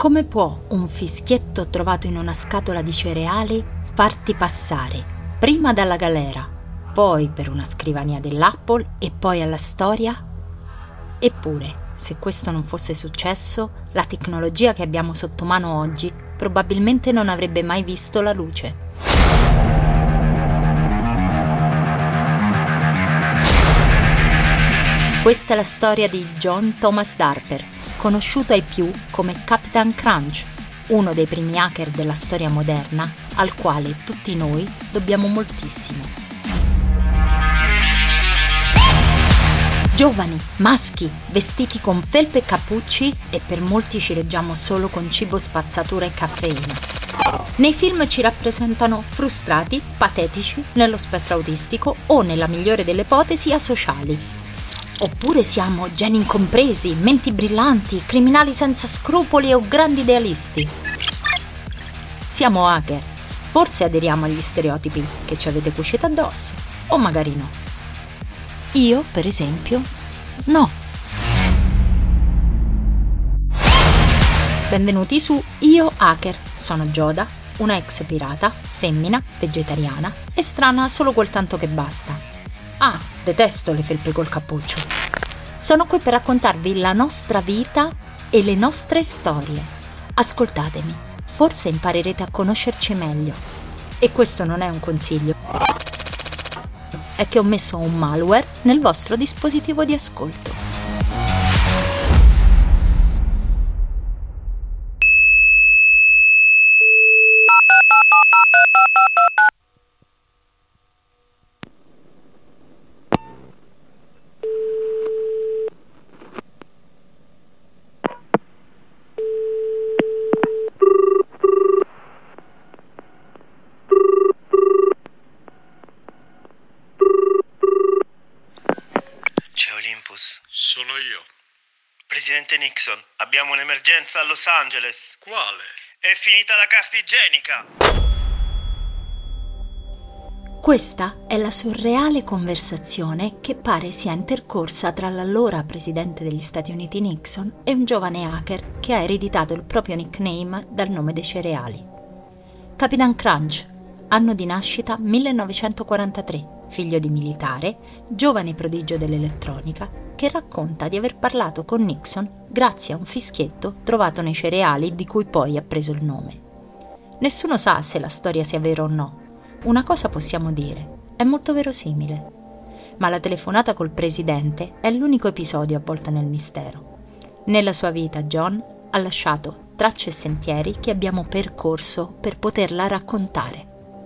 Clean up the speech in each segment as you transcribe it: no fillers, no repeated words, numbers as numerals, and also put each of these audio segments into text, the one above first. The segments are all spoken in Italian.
Come può un fischietto trovato in una scatola di cereali farti passare prima dalla galera, poi per una scrivania dell'Apple e poi alla storia? Eppure, se questo non fosse successo, la tecnologia che abbiamo sotto mano oggi probabilmente non avrebbe mai visto la luce. Questa è la storia di John Thomas Darper, conosciuto ai più come Captain Crunch, uno dei primi hacker della storia moderna, al quale tutti noi dobbiamo moltissimo. Giovani, maschi, vestiti con felpe e cappucci e per molti ci reggiamo solo con cibo, spazzatura e caffeina. Nei film ci rappresentano frustrati, patetici, nello spettro autistico o, nella migliore delle ipotesi, asociali. Oppure siamo geni incompresi, menti brillanti, criminali senza scrupoli o grandi idealisti. Siamo hacker. Forse aderiamo agli stereotipi che ci avete cucito addosso, o magari no. Io, per esempio, no. Benvenuti su Io Hacker. Sono Gioda, una ex pirata, femmina, vegetariana e strana solo quel tanto che basta. Ah, detesto le felpe col cappuccio. Sono qui per raccontarvi la nostra vita e le nostre storie. Ascoltatemi, forse imparerete a conoscerci meglio. E questo non è un consiglio. È che ho messo un malware nel vostro dispositivo di ascolto. Sono io. Presidente Nixon, abbiamo un'emergenza a Los Angeles. Quale? È finita la carta igienica. Questa è la surreale conversazione che pare sia intercorsa tra l'allora presidente degli Stati Uniti Nixon e un giovane hacker che ha ereditato il proprio nickname dal nome dei cereali. Capitan Crunch, anno di nascita 1943, figlio di militare, giovane prodigio dell'elettronica, che racconta di aver parlato con Nixon grazie a un fischietto trovato nei cereali di cui poi ha preso il nome. Nessuno sa se la storia sia vera o no. Una cosa possiamo dire, è molto verosimile. Ma la telefonata col presidente è l'unico episodio avvolto nel mistero. Nella sua vita John ha lasciato tracce e sentieri che abbiamo percorso per poterla raccontare.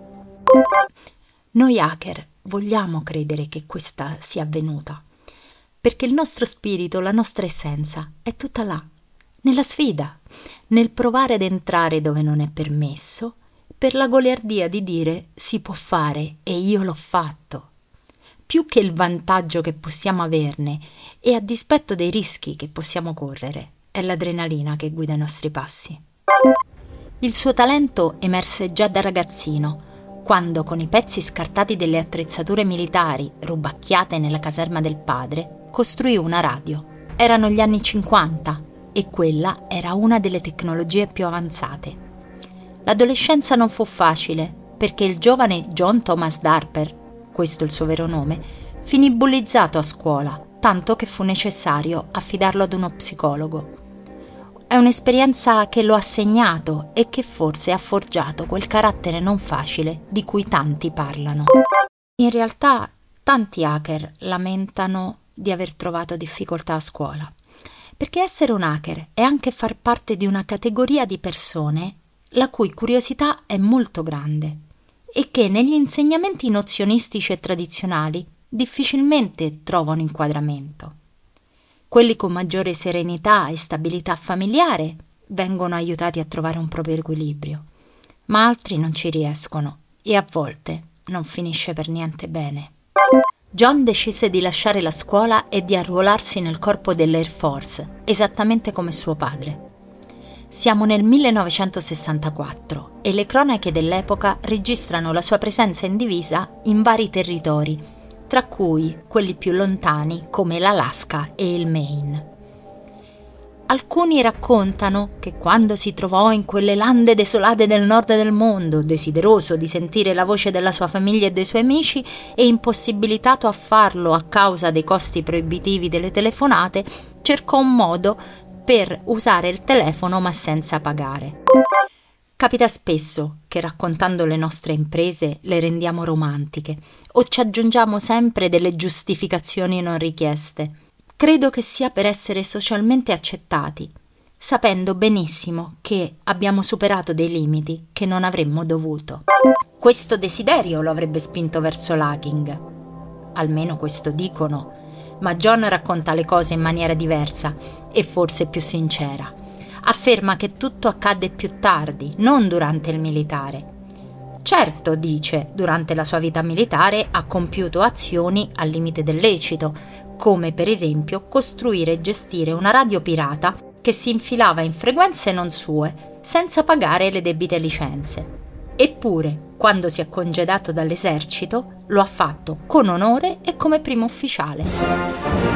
Noi hacker vogliamo credere che questa sia avvenuta, perché il nostro spirito, la nostra essenza è tutta là, nella sfida, nel provare ad entrare dove non è permesso, per la goliardia di dire si può fare e io l'ho fatto. Più che il vantaggio che possiamo averne e a dispetto dei rischi che possiamo correre, è l'adrenalina che guida i nostri passi. Il suo talento emerse già da ragazzino, quando con i pezzi scartati delle attrezzature militari rubacchiate nella caserma del padre, costruì una radio. Erano gli anni 50 e quella era una delle tecnologie più avanzate. L'adolescenza non fu facile perché il giovane John Thomas Darper, questo il suo vero nome, finì bullizzato a scuola, tanto che fu necessario affidarlo ad uno psicologo. È un'esperienza che lo ha segnato e che forse ha forgiato quel carattere non facile di cui tanti parlano. In realtà, tanti hacker lamentano di aver trovato difficoltà a scuola, perché essere un hacker è anche far parte di una categoria di persone la cui curiosità è molto grande e che negli insegnamenti nozionistici e tradizionali difficilmente trova un inquadramento. Quelli con maggiore serenità e stabilità familiare vengono aiutati a trovare un proprio equilibrio, ma altri non ci riescono e a volte non finisce per niente bene. John decise di lasciare la scuola e di arruolarsi nel corpo dell'Air Force, esattamente come suo padre. Siamo nel 1964 e le cronache dell'epoca registrano la sua presenza in divisa in vari territori, tra cui quelli più lontani come l'Alaska e il Maine. Alcuni raccontano che quando si trovò in quelle lande desolate del nord del mondo, desideroso di sentire la voce della sua famiglia e dei suoi amici e impossibilitato a farlo a causa dei costi proibitivi delle telefonate, cercò un modo per usare il telefono ma senza pagare. Capita spesso che raccontando le nostre imprese le rendiamo romantiche o ci aggiungiamo sempre delle giustificazioni non richieste. Credo che sia per essere socialmente accettati, sapendo benissimo che abbiamo superato dei limiti che non avremmo dovuto. Questo desiderio lo avrebbe spinto verso l'hacking. Almeno questo dicono, ma John racconta le cose in maniera diversa e forse più sincera. Afferma che tutto accadde più tardi, non durante il militare. Certo, dice, durante la sua vita militare ha compiuto azioni al limite del lecito, come per esempio costruire e gestire una radio pirata che si infilava in frequenze non sue, senza pagare le debite licenze. Eppure, quando si è congedato dall'esercito, lo ha fatto con onore e come primo ufficiale.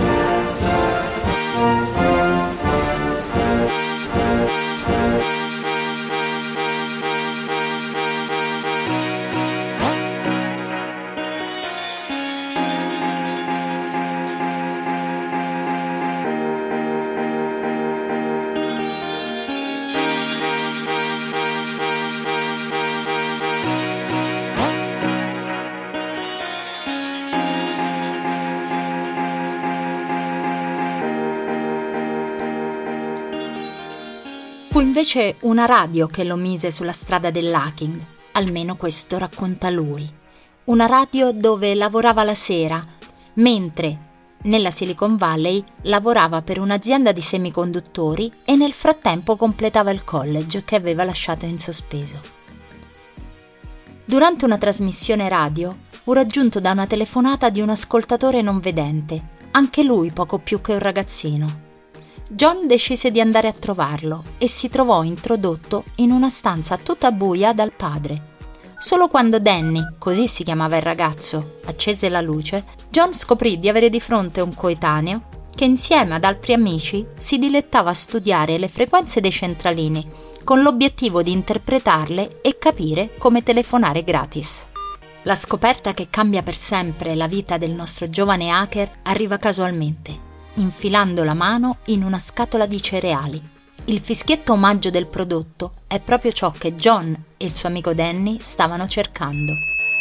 Fu invece una radio che lo mise sulla strada dell'hacking, almeno questo racconta lui. Una radio dove lavorava la sera, mentre nella Silicon Valley lavorava per un'azienda di semiconduttori e nel frattempo completava il college che aveva lasciato in sospeso. Durante una trasmissione radio fu raggiunto da una telefonata di un ascoltatore non vedente, anche lui poco più che un ragazzino. John decise di andare a trovarlo e si trovò introdotto in una stanza tutta buia dal padre. Solo quando Danny, così si chiamava il ragazzo, accese la luce, John scoprì di avere di fronte un coetaneo che insieme ad altri amici si dilettava a studiare le frequenze dei centralini con l'obiettivo di interpretarle e capire come telefonare gratis. La scoperta che cambia per sempre la vita del nostro giovane hacker arriva casualmente, infilando la mano in una scatola di cereali. Il fischietto omaggio del prodotto è proprio ciò che John e il suo amico Danny stavano cercando.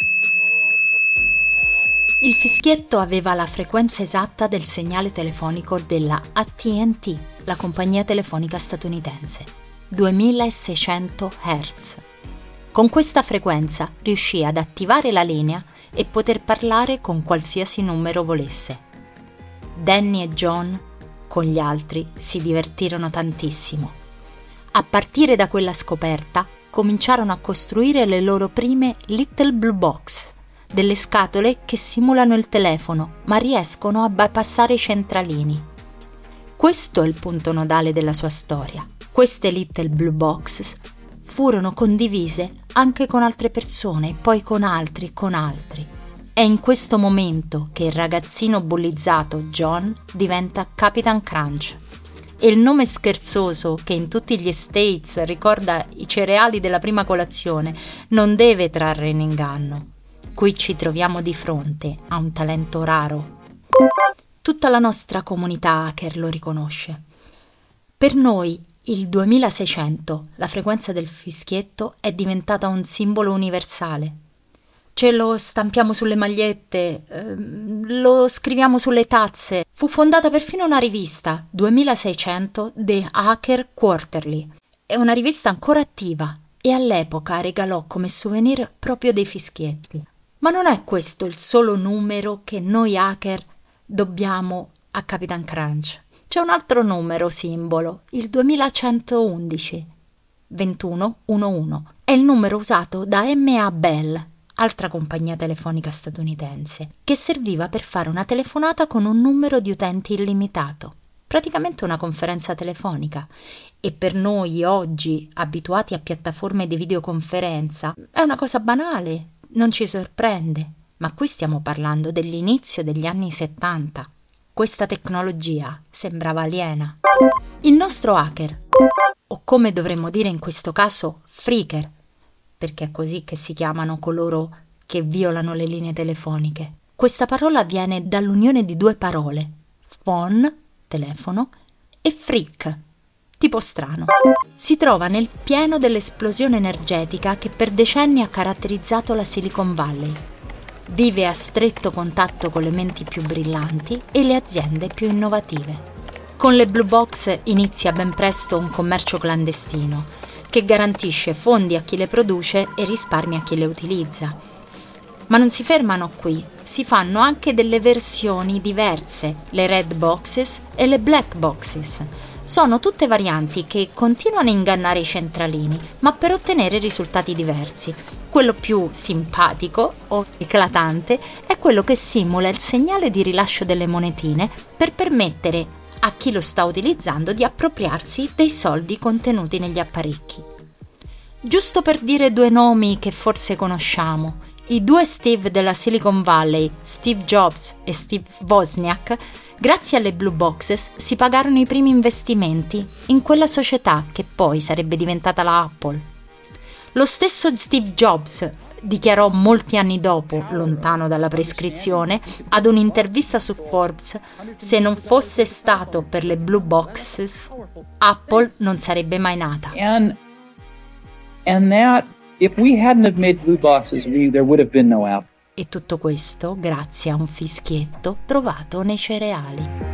Il fischietto aveva la frequenza esatta del segnale telefonico della AT&T, la compagnia telefonica statunitense, 2600 Hz. Con questa frequenza riuscì ad attivare la linea e poter parlare con qualsiasi numero volesse. Danny e John, con gli altri, si divertirono tantissimo. A partire da quella scoperta, cominciarono a costruire le loro prime Little Blue Box, delle scatole che simulano il telefono, ma riescono a bypassare i centralini. Questo è il punto nodale della sua storia. Queste Little Blue Box furono condivise anche con altre persone, poi con altri e con altri. È in questo momento che il ragazzino bullizzato John diventa Capitan Crunch. E il nome scherzoso che in tutti gli States ricorda i cereali della prima colazione non deve trarre in inganno. Qui ci troviamo di fronte a un talento raro. Tutta la nostra comunità hacker lo riconosce. Per noi il 2600, la frequenza del fischietto, è diventata un simbolo universale. Ce lo stampiamo sulle magliette, lo scriviamo sulle tazze. Fu fondata perfino una rivista, 2600, The Hacker Quarterly. È una rivista ancora attiva e all'epoca regalò come souvenir proprio dei fischietti. Ma non è questo il solo numero che noi hacker dobbiamo a Capitan Crunch. C'è un altro numero simbolo, il 2111, 2111. È il numero usato da M.A. Bell, altra compagnia telefonica statunitense, che serviva per fare una telefonata con un numero di utenti illimitato, praticamente una conferenza telefonica. E per noi oggi, abituati a piattaforme di videoconferenza, è una cosa banale, non ci sorprende, ma qui stiamo parlando dell'inizio degli anni 70. Questa tecnologia sembrava aliena. Il nostro hacker, o come dovremmo dire in questo caso, freaker, perché è così che si chiamano coloro che violano le linee telefoniche. Questa parola viene dall'unione di due parole, phone, telefono, e freak, tipo strano. Si trova nel pieno dell'esplosione energetica che per decenni ha caratterizzato la Silicon Valley. Vive a stretto contatto con le menti più brillanti e le aziende più innovative. Con le blue box inizia ben presto un commercio clandestino che garantisce fondi a chi le produce e risparmi a chi le utilizza. Ma non si fermano qui, si fanno anche delle versioni diverse, le red boxes e le black boxes. Sono tutte varianti che continuano a ingannare i centralini, ma per ottenere risultati diversi. Quello più simpatico o eclatante è quello che simula il segnale di rilascio delle monetine per permettere a chi lo sta utilizzando di appropriarsi dei soldi contenuti negli apparecchi. Giusto per dire due nomi che forse conosciamo, i due Steve della Silicon Valley, Steve Jobs e Steve Wozniak, grazie alle blue boxes si pagarono i primi investimenti in quella società che poi sarebbe diventata la Apple. Lo stesso Steve Jobs dichiarò molti anni dopo, lontano dalla prescrizione, ad un'intervista su Forbes: se non fosse stato per le blue boxes, Apple non sarebbe mai nata. And that, if we hadn't have made blue boxes, there would have been no Apple. E tutto questo grazie a un fischietto trovato nei cereali.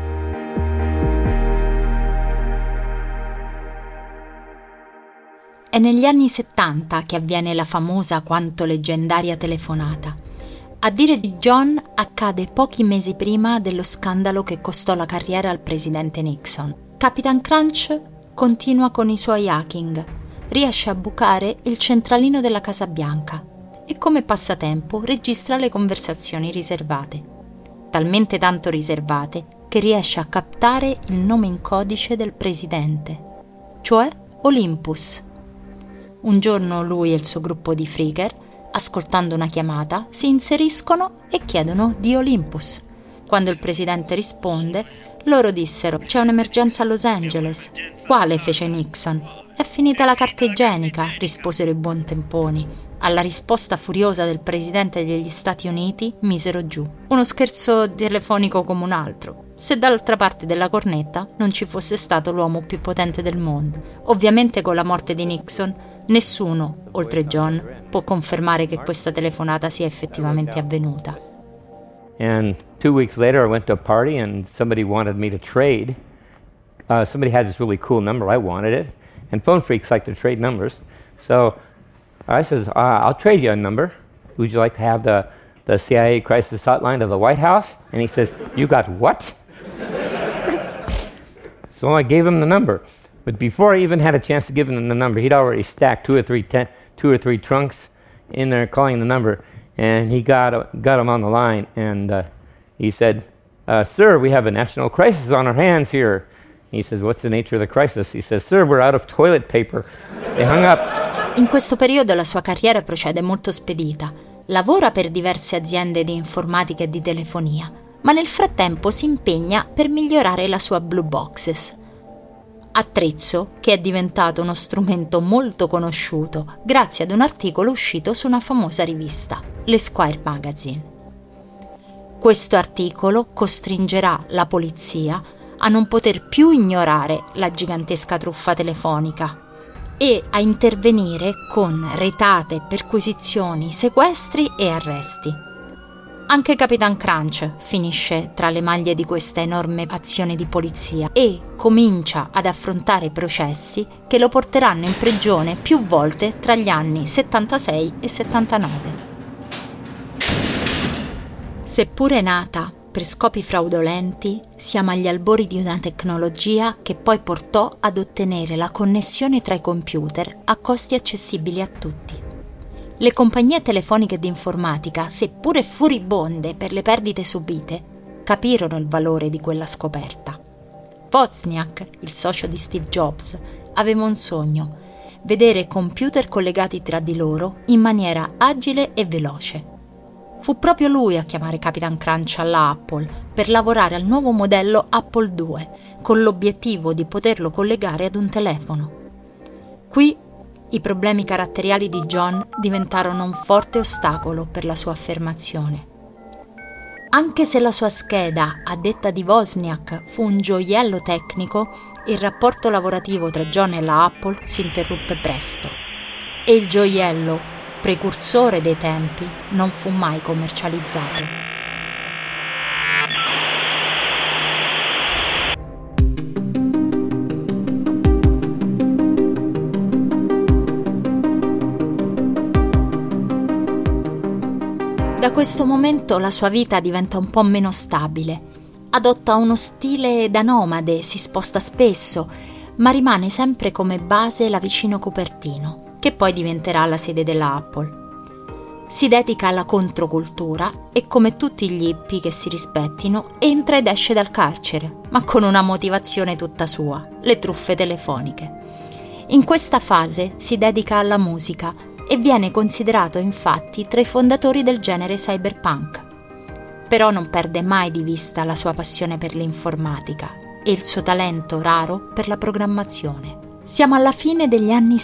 È negli anni 70 che avviene la famosa quanto leggendaria telefonata. A dire di John, accade pochi mesi prima dello scandalo che costò la carriera al presidente Nixon. Capitan Crunch continua con i suoi hacking, riesce a bucare il centralino della Casa Bianca e come passatempo registra le conversazioni riservate. Talmente tanto riservate che riesce a captare il nome in codice del presidente, cioè Olympus. Un giorno lui e il suo gruppo di freaker, ascoltando una chiamata, si inseriscono e chiedono di Olympus. Quando il presidente risponde, loro dissero: c'è un'emergenza a Los Angeles. Quale? Fece Nixon. È finita la carta igienica, risposero i buontemponi. Alla risposta furiosa del presidente degli Stati Uniti misero giù: uno scherzo telefonico come un altro, se dall'altra parte della cornetta non ci fosse stato l'uomo più potente del mondo. Ovviamente con la morte di Nixon nessuno, oltre John, può confermare che questa telefonata sia effettivamente avvenuta. And 2 weeks later I went to a party and somebody wanted me to trade. Somebody had this really cool number, I wanted it. And phone freaks like to trade numbers. So I said, I'll trade you a number. Would you like to have the CIA crisis hotline of the White House? And he says, you got what? So I gave him the number. But before I even had a chance to give him the number, he'd already stacked two or three trunks in there calling the number. And he got him on the line, and he said, sir, we have a national crisis on our hands here. He says, what's the nature of the crisis? He says, sir, we're out of toilet paper. They hung up. In questo periodo la sua carriera procede molto spedita. Lavora per diverse aziende di informatica e di telefonia, ma nel frattempo si impegna per migliorare la sua Blue Boxes. Attrezzo che è diventato uno strumento molto conosciuto grazie ad un articolo uscito su una famosa rivista, l'Esquire Magazine. Questo articolo costringerà la polizia a non poter più ignorare la gigantesca truffa telefonica e a intervenire con retate, perquisizioni, sequestri e arresti. Anche Capitan Crunch finisce tra le maglie di questa enorme azione di polizia e comincia ad affrontare processi che lo porteranno in prigione più volte tra gli anni 76 e 79. Seppure nata per scopi fraudolenti, siamo agli albori di una tecnologia che poi portò ad ottenere la connessione tra i computer a costi accessibili a tutti. Le compagnie telefoniche di informatica, seppure furibonde per le perdite subite, capirono il valore di quella scoperta. Wozniak, il socio di Steve Jobs, aveva un sogno: vedere computer collegati tra di loro in maniera agile e veloce. Fu proprio lui a chiamare Capitan Crunch alla Apple per lavorare al nuovo modello Apple II, con l'obiettivo di poterlo collegare ad un telefono. Qui i problemi caratteriali di John diventarono un forte ostacolo per la sua affermazione. Anche se la sua scheda, a detta di Wozniak, fu un gioiello tecnico, il rapporto lavorativo tra John e la Apple si interruppe presto e il gioiello, precursore dei tempi, non fu mai commercializzato. Da questo momento la sua vita diventa un po' meno stabile. Adotta uno stile da nomade, si sposta spesso, ma rimane sempre come base la vicino Cupertino, che poi diventerà la sede della Apple. Si dedica alla controcultura e, come tutti gli hippie che si rispettino, entra ed esce dal carcere, ma con una motivazione tutta sua: le truffe telefoniche. In questa fase si dedica alla musica e viene considerato infatti tra i fondatori del genere cyberpunk. Però non perde mai di vista la sua passione per l'informatica e il suo talento raro per la programmazione. Siamo alla fine degli anni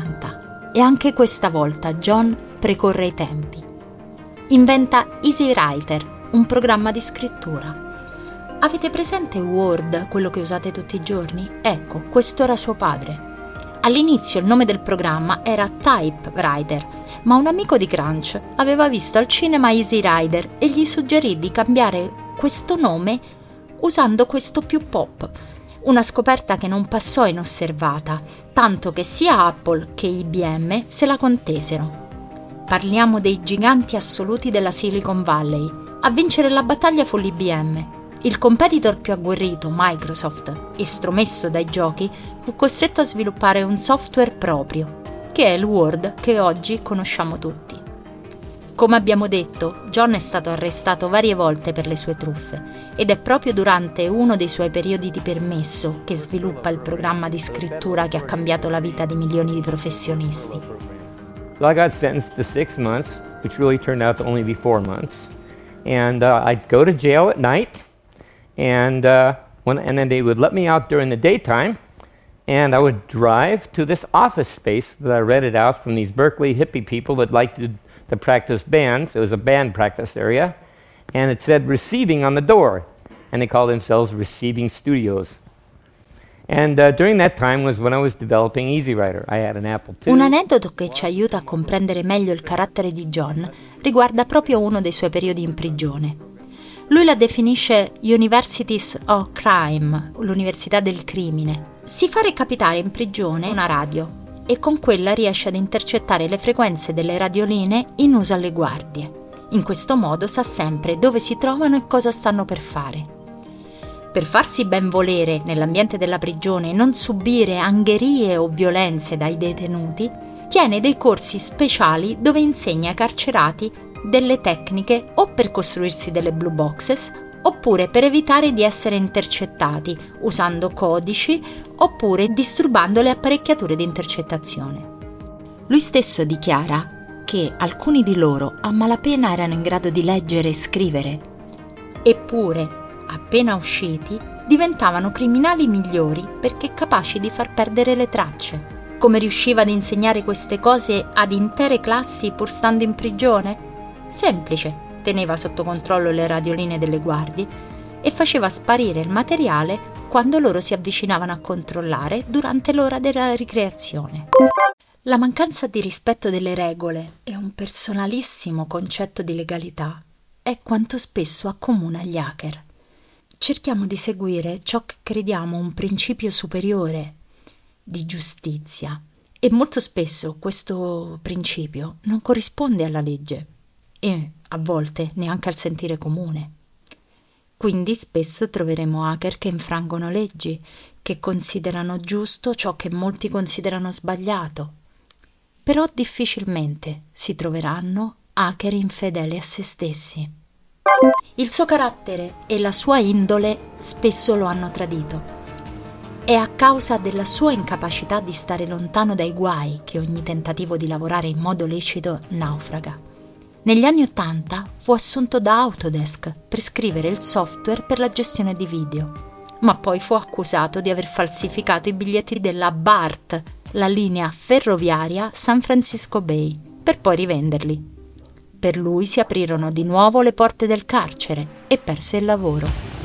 70 e anche questa volta John precorre i tempi. Inventa Easy Writer, un programma di scrittura. Avete presente Word, quello che usate tutti i giorni? Ecco, questo era suo padre. All'inizio il nome del programma era Typewriter, ma un amico di Crunch aveva visto al cinema Easy Rider e gli suggerì di cambiare questo nome usando questo più pop. Una scoperta che non passò inosservata, tanto che sia Apple che IBM se la contesero. Parliamo dei giganti assoluti della Silicon Valley. A vincere la battaglia fu l'IBM. Il competitor più agguerrito, Microsoft, estromesso dai giochi, fu costretto a sviluppare un software proprio, che è il Word che oggi conosciamo tutti. Come abbiamo detto, John è stato arrestato varie volte per le sue truffe ed è proprio durante uno dei suoi periodi di permesso che sviluppa il programma di scrittura che ha cambiato la vita di milioni di professionisti. So I got sentenced to 6 months, which really turned out to only be 4 months. And I'd go to jail at night. And then they would let me out during the daytime, and I would drive to this office space that I rented out from these Berkeley hippie people that liked to practice bands. It was a band practice area, and it said receiving on the door, and they called themselves Receiving Studios. And during that time was when I was developing Easy Writer. I had an Apple II. Un aneddoto che ci aiuta a comprendere meglio il carattere di John riguarda proprio uno dei suoi periodi in prigione. Lui la definisce Universities of Crime, l'università del crimine. Si fa recapitare in prigione una radio e con quella riesce ad intercettare le frequenze delle radioline in uso alle guardie. In questo modo sa sempre dove si trovano e cosa stanno per fare. Per farsi ben volere nell'ambiente della prigione e non subire angherie o violenze dai detenuti, tiene dei corsi speciali dove insegna ai carcerati delle tecniche o per costruirsi delle blue boxes oppure per evitare di essere intercettati usando codici oppure disturbando le apparecchiature di intercettazione. Lui stesso dichiara che alcuni di loro a malapena erano in grado di leggere e scrivere, eppure, appena usciti, diventavano criminali migliori perché capaci di far perdere le tracce. Come riusciva ad insegnare queste cose ad intere classi pur stando in prigione? Semplice, teneva sotto controllo le radioline delle guardie e faceva sparire il materiale quando loro si avvicinavano a controllare durante l'ora della ricreazione. La mancanza di rispetto delle regole e un personalissimo concetto di legalità è quanto spesso accomuna gli hacker. Cerchiamo di seguire ciò che crediamo un principio superiore di giustizia e molto spesso questo principio non corrisponde alla legge e a volte neanche al sentire comune. Quindi spesso troveremo hacker che infrangono leggi, che considerano giusto ciò che molti considerano sbagliato. Però difficilmente si troveranno hacker infedeli a se stessi. Il suo carattere e la sua indole spesso lo hanno tradito. È a causa della sua incapacità di stare lontano dai guai che ogni tentativo di lavorare in modo lecito naufraga. Negli anni '80 fu assunto da Autodesk per scrivere il software per la gestione di video, ma poi fu accusato di aver falsificato i biglietti della BART, la linea ferroviaria San Francisco Bay, per poi rivenderli. Per lui si aprirono di nuovo le porte del carcere e perse il lavoro.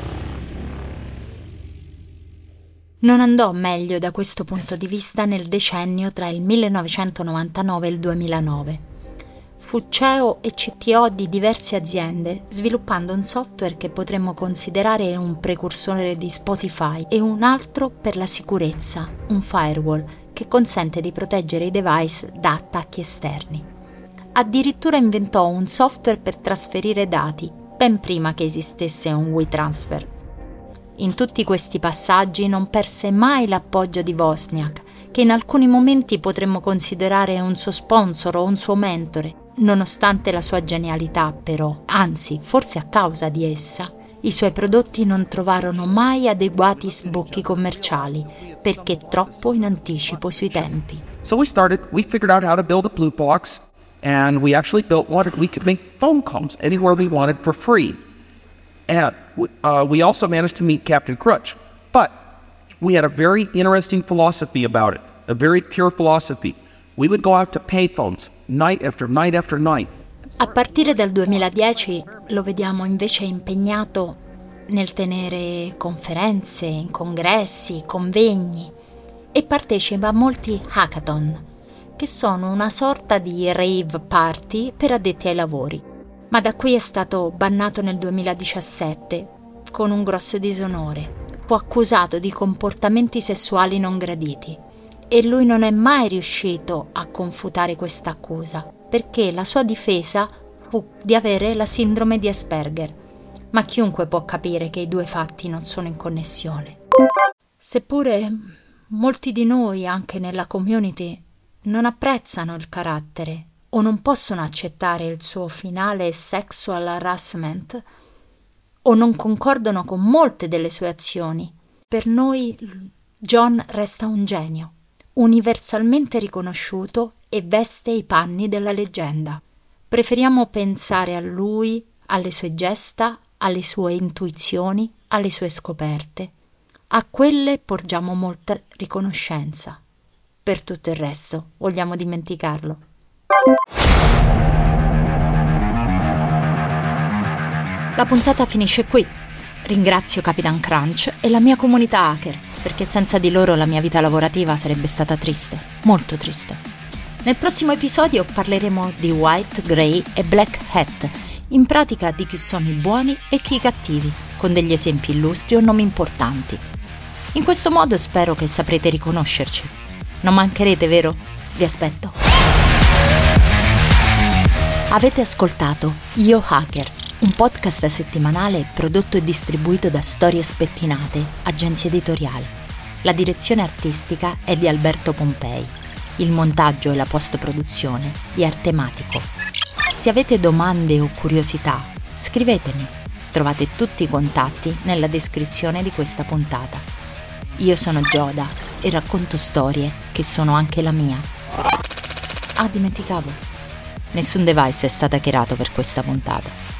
Non andò meglio da questo punto di vista nel decennio tra il 1999 e il 2009. Fu CEO e CTO di diverse aziende, sviluppando un software che potremmo considerare un precursore di Spotify e un altro per la sicurezza, un firewall che consente di proteggere i device da attacchi esterni. Addirittura inventò un software per trasferire dati, ben prima che esistesse un WeTransfer. In tutti questi passaggi non perse mai l'appoggio di Wozniak, che in alcuni momenti potremmo considerare un suo sponsor o un suo mentore. Nonostante la sua genialità, però, anzi, forse a causa di essa, i suoi prodotti non trovarono mai adeguati sbocchi commerciali, perché troppo in anticipo sui tempi. So we figured out how to build a blue box, and we actually built one. We could make phone calls anywhere we wanted for free. And we also managed to meet Captain Crunch. But we had a very interesting philosophy about it, a very pure philosophy. We would go out to payphones night after night after night. A partire dal 2010 lo vediamo invece impegnato nel tenere conferenze, congressi, convegni e partecipa a molti hackathon, che sono una sorta di rave party per addetti ai lavori. Ma da qui è stato bannato nel 2017 con un grosso disonore. Fu accusato di comportamenti sessuali non graditi e lui non è mai riuscito a confutare questa accusa, perché la sua difesa fu di avere la sindrome di Asperger, ma chiunque può capire che i due fatti non sono in connessione. Seppure molti di noi, anche nella community, non apprezzano il carattere o non possono accettare il suo finale sexual harassment o non concordano con molte delle sue azioni, per noi John resta un genio, universalmente riconosciuto e veste i panni della leggenda. Preferiamo pensare a lui, alle sue gesta, alle sue intuizioni, alle sue scoperte. A quelle porgiamo molta riconoscenza. Per tutto il resto vogliamo dimenticarlo. La puntata finisce qui. Ringrazio Capitan Crunch e la mia comunità hacker, perché senza di loro la mia vita lavorativa sarebbe stata triste, molto triste. Nel prossimo episodio parleremo di White, Grey e Black Hat, in pratica di chi sono i buoni e chi i cattivi, con degli esempi illustri o nomi importanti. In questo modo spero che saprete riconoscerci. Non mancherete, vero? Vi aspetto. Avete ascoltato Io Hacker, un podcast settimanale prodotto e distribuito da Storie Spettinate, agenzia editoriale. La direzione artistica è di Alberto Pompei. Il montaggio e la post-produzione di Artematico. Se avete domande o curiosità, scrivetemi. Trovate tutti i contatti nella descrizione di questa puntata. Io sono Gioda e racconto storie che sono anche la mia. Ah, dimenticavo. Nessun device è stato hackerato per questa puntata.